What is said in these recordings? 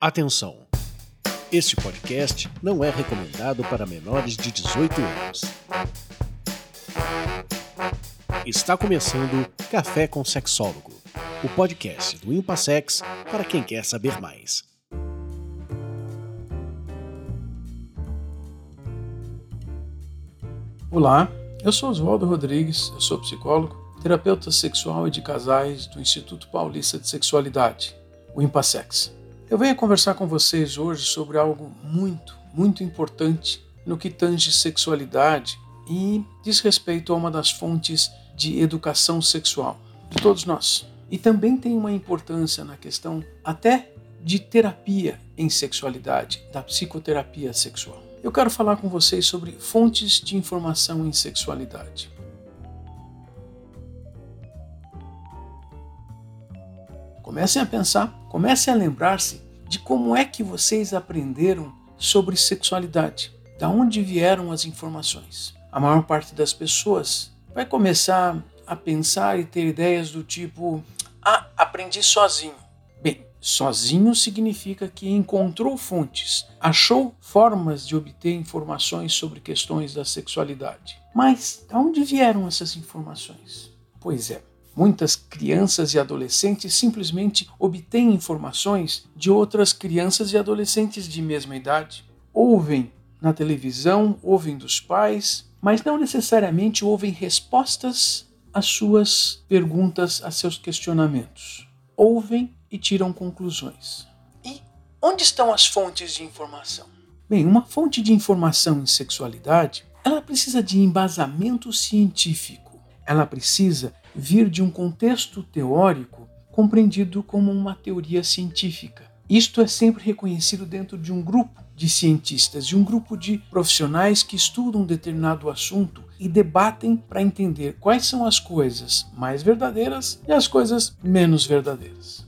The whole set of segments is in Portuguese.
Atenção! Este podcast não é recomendado para menores de 18 anos. Está começando Café com Sexólogo, o podcast do Impassex para quem quer saber mais. Olá, eu sou Oswaldo Rodrigues, eu sou psicólogo, terapeuta sexual e de casais do Instituto Paulista de Sexualidade, o Impassex. Eu venho conversar com vocês hoje sobre algo muito importante no que tange sexualidade e diz respeito a uma das fontes de educação sexual de todos nós. E também tem uma importância na questão até de terapia em sexualidade, da psicoterapia sexual. Eu quero falar com vocês sobre fontes de informação em sexualidade. Comecem a pensar, comecem a lembrar-se de como é que vocês aprenderam sobre sexualidade, de onde vieram as informações. A maior parte das pessoas vai começar a pensar e ter ideias do tipo: aprendi sozinho. Bem, sozinho significa que encontrou fontes, achou formas de obter informações sobre questões da sexualidade. Mas de onde vieram essas informações? Pois é, muitas crianças e adolescentes simplesmente obtêm informações de outras crianças e adolescentes de mesma idade. Ouvem na televisão, ouvem dos pais, mas não necessariamente ouvem respostas às suas perguntas, a seus questionamentos. Ouvem e tiram conclusões. E onde estão as fontes de informação? Bem, uma fonte de informação em sexualidade, ela precisa de embasamento científico. Ela precisa vir de um contexto teórico compreendido como uma teoria científica. Isto é sempre reconhecido dentro de um grupo de cientistas, de um grupo de profissionais que estudam um determinado assunto e debatem para entender quais são as coisas mais verdadeiras e as coisas menos verdadeiras.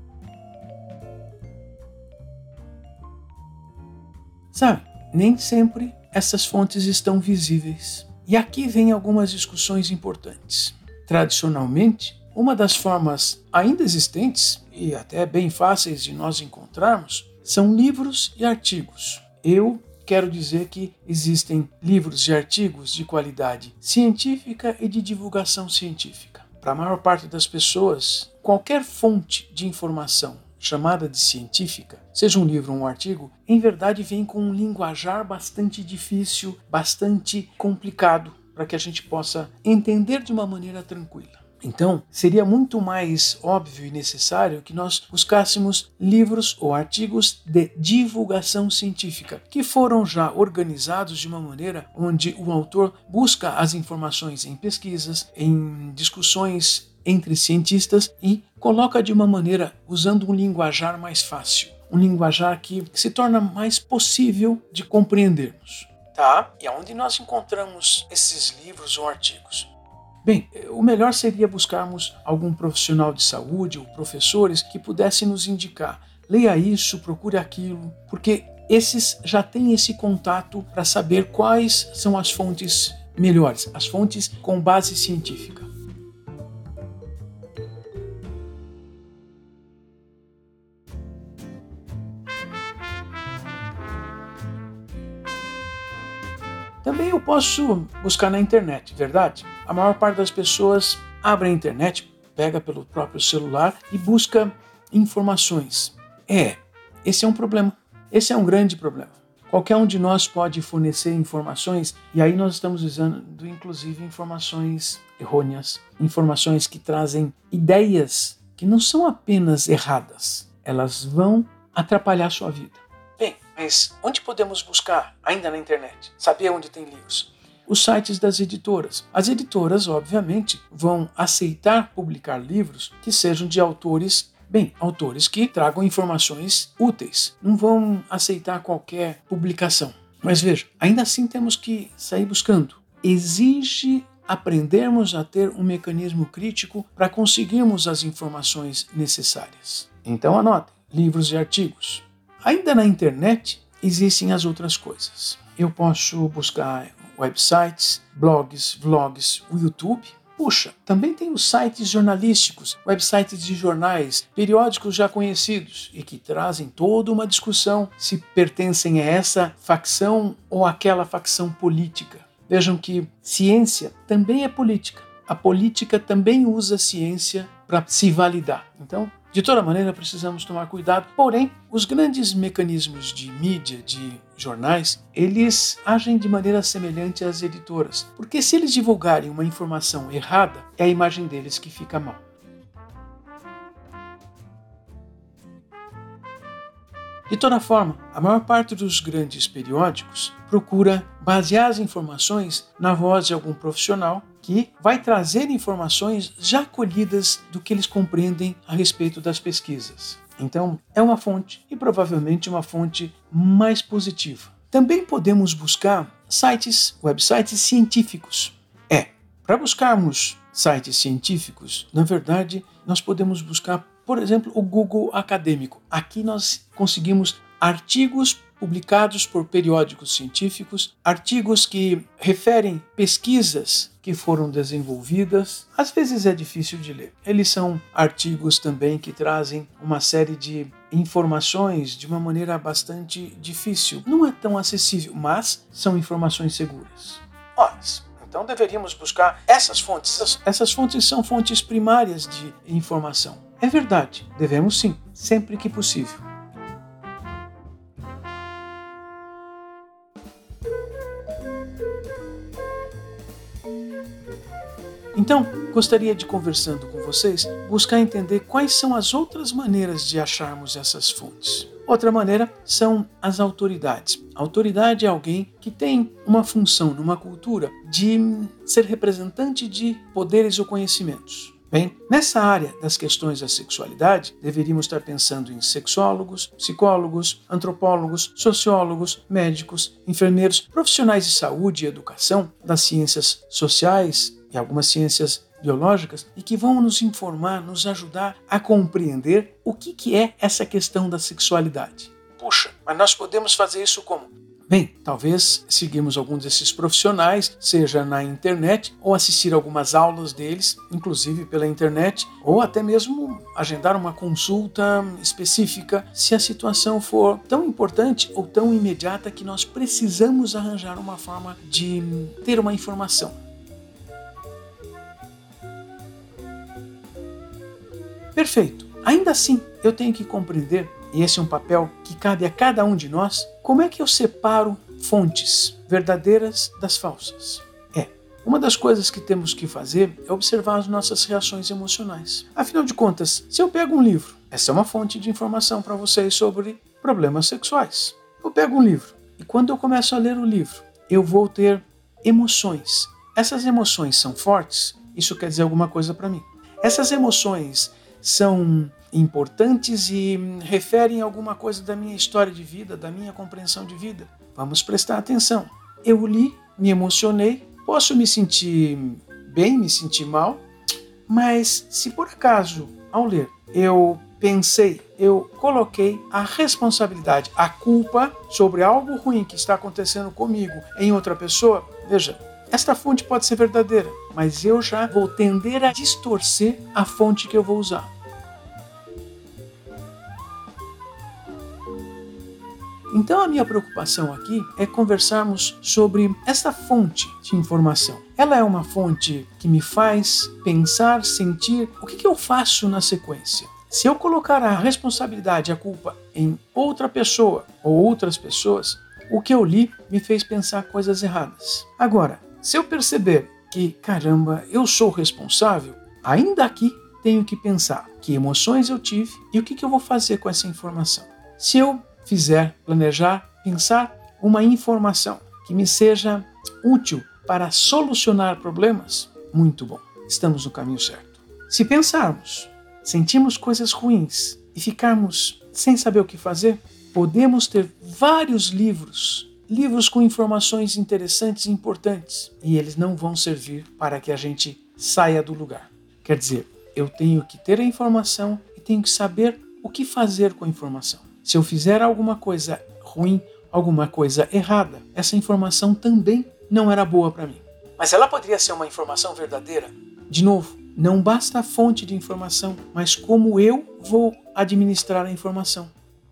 Sabe, nem sempre essas fontes estão visíveis. E aqui vem algumas discussões importantes. Tradicionalmente, uma das formas ainda existentes e até bem fáceis de nós encontrarmos são livros e artigos. Eu quero dizer que existem livros e artigos de qualidade científica e de divulgação científica. Para a maior parte das pessoas, qualquer fonte de informação chamada de científica, seja um livro ou um artigo, em verdade vem com um linguajar bastante difícil, bastante complicado, para que a gente possa entender de uma maneira tranquila. Então, seria muito mais óbvio e necessário que nós buscássemos livros ou artigos de divulgação científica, que foram já organizados de uma maneira onde o autor busca as informações em pesquisas, em discussões entre cientistas e coloca de uma maneira usando um linguajar mais fácil, um linguajar que se torna mais possível de compreendermos. Tá? E aonde nós encontramos esses livros ou artigos? Bem, o melhor seria buscarmos algum profissional de saúde ou professores que pudessem nos indicar. Leia isso, procure aquilo, porque esses já têm esse contato para saber quais são as fontes melhores, as fontes com base científica. Também eu posso buscar na internet, verdade? A maior parte das pessoas abre a internet, pega pelo próprio celular e busca informações. Esse é um problema. Esse é um grande problema. Qualquer um de nós pode fornecer informações e aí nós estamos usando inclusive informações errôneas, informações que trazem ideias que não são apenas erradas, elas vão atrapalhar a sua vida. Bem, mas onde podemos buscar ainda na internet? Saber onde tem livros? Os sites das editoras. As editoras, obviamente, vão aceitar publicar livros que sejam de autores que tragam informações úteis. Não vão aceitar qualquer publicação. Mas veja, ainda assim temos que sair buscando. Exige aprendermos a ter um mecanismo crítico para conseguirmos as informações necessárias. Então anotem, livros e artigos. Ainda na internet existem as outras coisas. Eu posso buscar websites, blogs, vlogs, o YouTube. Puxa, também tem os sites jornalísticos, websites de jornais, periódicos já conhecidos e que trazem toda uma discussão se pertencem a essa facção ou àquela facção política. Vejam que ciência também é política. A política também usa a ciência para se validar. Então, de toda maneira, precisamos tomar cuidado. Porém, os grandes mecanismos de mídia, de jornais, eles agem de maneira semelhante às editoras. Porque se eles divulgarem uma informação errada, é a imagem deles que fica mal. De toda forma, a maior parte dos grandes periódicos procura basear as informações na voz de algum profissional que vai trazer informações já colhidas do que eles compreendem a respeito das pesquisas. Então, é uma fonte e provavelmente uma fonte mais positiva. Também podemos buscar websites científicos. Para buscarmos sites científicos, na verdade, nós podemos buscar, por exemplo, o Google Acadêmico. Aqui nós conseguimos artigos publicados por periódicos científicos, artigos que referem pesquisas que foram desenvolvidas. Às vezes é difícil de ler. Eles são artigos também que trazem uma série de informações de uma maneira bastante difícil. Não é tão acessível, mas são informações seguras. Então deveríamos buscar essas fontes. Essas fontes são fontes primárias de informação. É verdade, devemos sim, sempre que possível. Então, gostaria de, conversando com vocês, buscar entender quais são as outras maneiras de acharmos essas fontes. Outra maneira são as autoridades. A autoridade é alguém que tem uma função numa cultura de ser representante de poderes ou conhecimentos. Bem, nessa área das questões da sexualidade, deveríamos estar pensando em sexólogos, psicólogos, antropólogos, sociólogos, médicos, enfermeiros, profissionais de saúde e educação, das ciências sociais e algumas ciências biológicas, e que vão nos informar, nos ajudar a compreender o que é essa questão da sexualidade. Puxa, mas nós podemos fazer isso como? Bem, talvez seguirmos algum desses profissionais, seja na internet, ou assistir algumas aulas deles, inclusive pela internet, ou até mesmo agendar uma consulta específica, se a situação for tão importante ou tão imediata que nós precisamos arranjar uma forma de ter uma informação. Perfeito. Ainda assim, eu tenho que compreender, e esse é um papel que cabe a cada um de nós, como é que eu separo fontes verdadeiras das falsas. Uma das coisas que temos que fazer é observar as nossas reações emocionais. Afinal de contas, se eu pego um livro, essa é uma fonte de informação para vocês sobre problemas sexuais. Eu pego um livro e quando eu começo a ler o livro, eu vou ter emoções. Essas emoções são fortes, isso quer dizer alguma coisa para mim. Essas emoções são importantes e referem alguma coisa da minha história de vida, da minha compreensão de vida. Vamos prestar atenção. Eu li, me emocionei, posso me sentir bem, me sentir mal, mas se por acaso, ao ler, eu pensei, eu coloquei a responsabilidade, a culpa sobre algo ruim que está acontecendo comigo em outra pessoa, veja, esta fonte pode ser verdadeira, mas eu já vou tender a distorcer a fonte que eu vou usar. Então a minha preocupação aqui é conversarmos sobre esta fonte de informação. Ela é uma fonte que me faz pensar, sentir o que eu faço na sequência. Se eu colocar a responsabilidade, a culpa em outra pessoa ou outras pessoas, o que eu li me fez pensar coisas erradas. Agora, se eu perceber que, caramba, eu sou responsável, ainda aqui tenho que pensar que emoções eu tive e o que eu vou fazer com essa informação. Se eu fizer, planejar, pensar uma informação que me seja útil para solucionar problemas, muito bom, estamos no caminho certo. Se pensarmos, sentirmos coisas ruins e ficarmos sem saber o que fazer, podemos ter vários livros com informações interessantes e importantes, e eles não vão servir para que a gente saia do lugar. Quer dizer, eu tenho que ter a informação e tenho que saber o que fazer com a informação. Se eu fizer alguma coisa ruim, alguma coisa errada, essa informação também não era boa para mim. Mas ela poderia ser uma informação verdadeira? De novo, não basta a fonte de informação, mas como eu vou administrar a informação.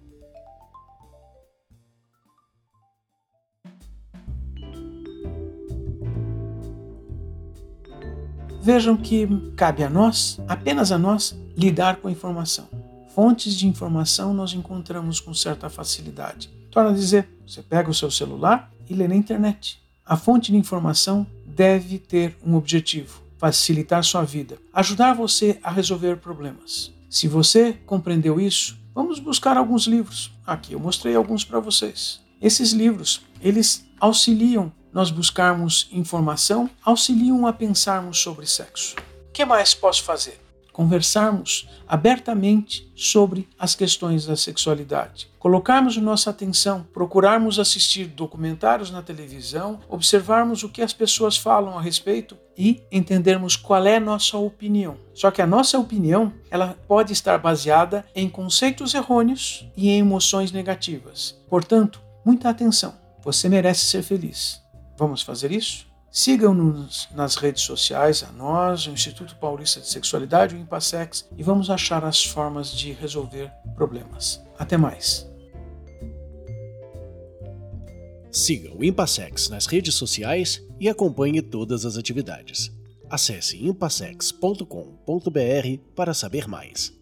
Vejam que cabe a nós, apenas a nós, lidar com a informação. Fontes de informação nós encontramos com certa facilidade. Torna a dizer, você pega o seu celular e lê na internet. A fonte de informação deve ter um objetivo: facilitar sua vida, ajudar você a resolver problemas. Se você compreendeu isso, vamos buscar alguns livros. Aqui eu mostrei alguns para vocês. Esses livros, eles auxiliam nós buscarmos informação, auxiliam a pensarmos sobre sexo. O que mais posso fazer? Conversarmos abertamente sobre as questões da sexualidade. Colocarmos nossa atenção, procurarmos assistir documentários na televisão, observarmos o que as pessoas falam a respeito e entendermos qual é a nossa opinião. Só que a nossa opinião, ela pode estar baseada em conceitos errôneos e em emoções negativas. Portanto, muita atenção. Você merece ser feliz. Vamos fazer isso? Sigam-nos nas redes sociais, a nós, o Instituto Paulista de Sexualidade, o IMPASEX, e vamos achar as formas de resolver problemas. Até mais! Siga o IMPASEX nas redes sociais e acompanhe todas as atividades. Acesse impasex.com.br para saber mais.